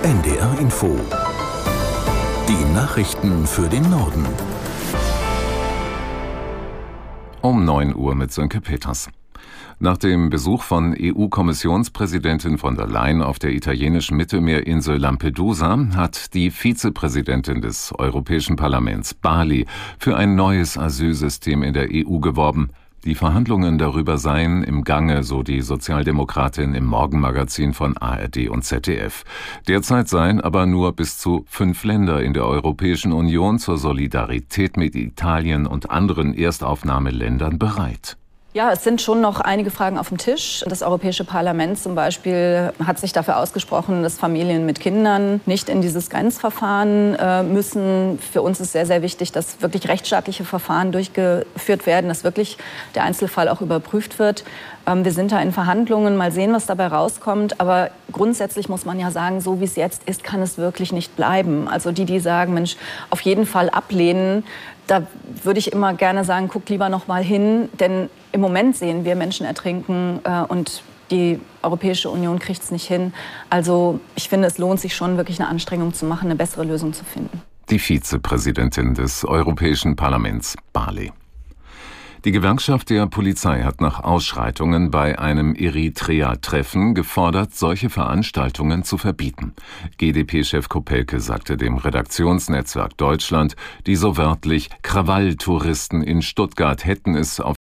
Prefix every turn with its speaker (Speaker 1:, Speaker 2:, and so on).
Speaker 1: NDR Info. Die Nachrichten für den Norden.
Speaker 2: Um 9 Uhr mit Sönke Peters. Nach dem Besuch von EU-Kommissionspräsidentin von der Leyen auf der italienischen Mittelmeerinsel Lampedusa hat die Vizepräsidentin des Europäischen Parlaments Barley für ein neues Asylsystem in der EU geworben. Die Verhandlungen darüber seien im Gange, so die Sozialdemokratin im Morgenmagazin von ARD und ZDF. Derzeit seien aber nur bis zu 5 Länder in der Europäischen Union zur Solidarität mit Italien und anderen Erstaufnahmeländern bereit.
Speaker 3: Ja, es sind schon noch einige Fragen auf dem Tisch. Das Europäische Parlament zum Beispiel hat sich dafür ausgesprochen, dass Familien mit Kindern nicht in dieses Grenzverfahren müssen. Für uns ist sehr, sehr wichtig, dass wirklich rechtsstaatliche Verfahren durchgeführt werden, dass wirklich der Einzelfall auch überprüft wird. Wir sind da in Verhandlungen, mal sehen, was dabei rauskommt. Aber grundsätzlich muss man ja sagen, so wie es jetzt ist, kann es wirklich nicht bleiben. Also die sagen, Mensch, auf jeden Fall ablehnen, da würde ich immer gerne sagen, guckt lieber noch mal hin. Denn im Moment sehen wir Menschen ertrinken und die Europäische Union kriegt es nicht hin. Also ich finde, es lohnt sich schon, wirklich eine Anstrengung zu machen, eine bessere Lösung zu finden.
Speaker 2: Die Vizepräsidentin des Europäischen Parlaments, Barley. Die Gewerkschaft der Polizei hat nach Ausschreitungen bei einem Eritrea-Treffen gefordert, solche Veranstaltungen zu verbieten. GdP-Chef Kopelke sagte dem Redaktionsnetzwerk Deutschland, die so wörtlich Krawalltouristen in Stuttgart hätten es auf